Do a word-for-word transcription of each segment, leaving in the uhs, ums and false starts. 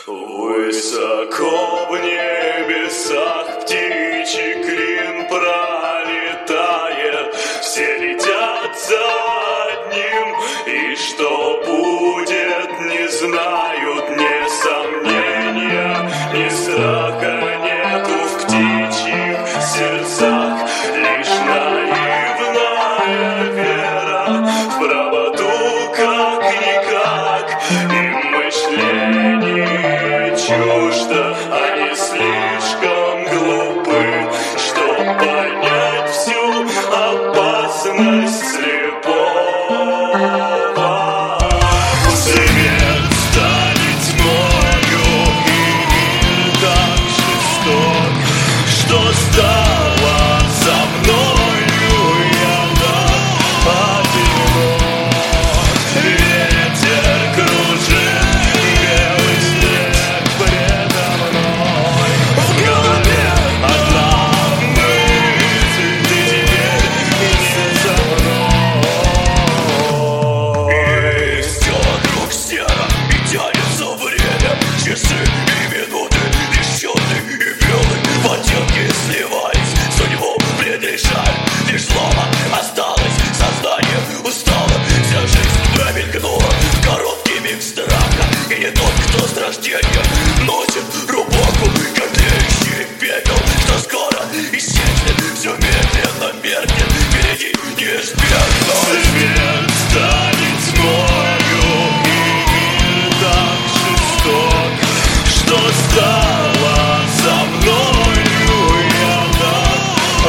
Высоко в небесах птичий клин пролетает, все летят за одним, и что будет, не знают, ни сомнения, ни страха нету в птичьих сердцах, лишь наивная вера в правоту как-никак, им мышление чуждо, они слишком глупы, чтоб понять всю опасность слепого. Свет станет тьмою и мир так жесток, что стало со мною, я так одинок. Ветер кружит, белый снег предо мной. В голове одна мысль, ты теперь не со мной. И все вокруг серо, и тянется время, часы и минуты, лещеный и белый, потемки сливались, судьбу предрешали, лишь слово осталось, сознание устало, вся жизнь промелькнула в короткий миг страха, и не тот, кто с рождения носит рубаху, как тлеющий пепел, что скоро исчезнет, все медленно меркнет, впереди неизбежно. Свет станет тьмою, и мир так жесток, что стало со мною, я так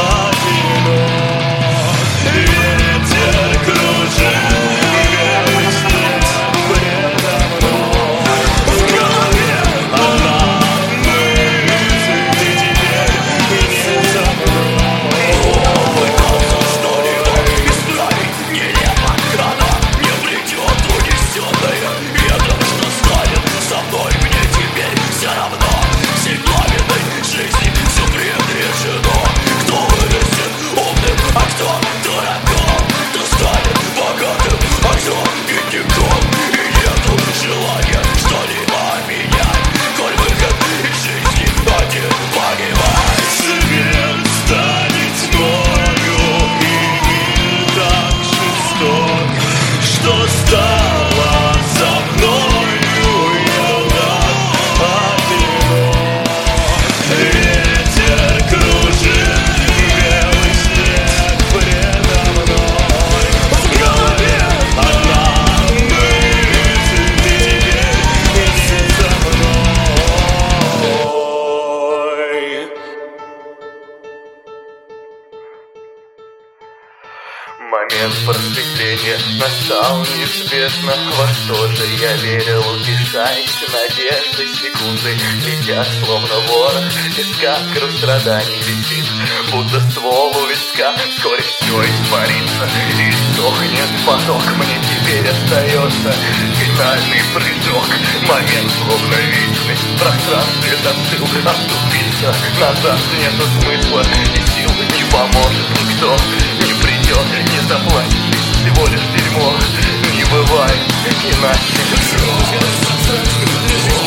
одинок. Ветер кружит, белый снег предо мной. В голове одна мысль, ты теперь не со мной. Мой голос, что его исправить нелепо, она не придет унесенная ветром, что станет со мной, мне теперь все равно. Всей пламенной жизни все предрешено. Кто вырастет умным, а кто дураком, кто станет богатым, а кто бедняком. И нету желания что-либо менять, коль выход из жизни один погибать. Свет станет тьмою, и мир так жесток, что стало со мною, я так одинок. Ветер кружит, белый снег предо мной. В голове одна мысль, ты теперь не со мной. Момент просветления настал неизбежно. Во что же я верил, утешаясь надеждой, секунды летят, словно ворох песка, груз страданий висит, будто ствол у виска. Вскоре все испарится и сохнет поток. Мне теперь остается финальный прыжок. Момент словно вечность, в пространстве застыл, оступиться назад нету смысла и сил. Не поможет никто, не придет, не заплатит, всего лишь дерьмо. Не бывает иначе.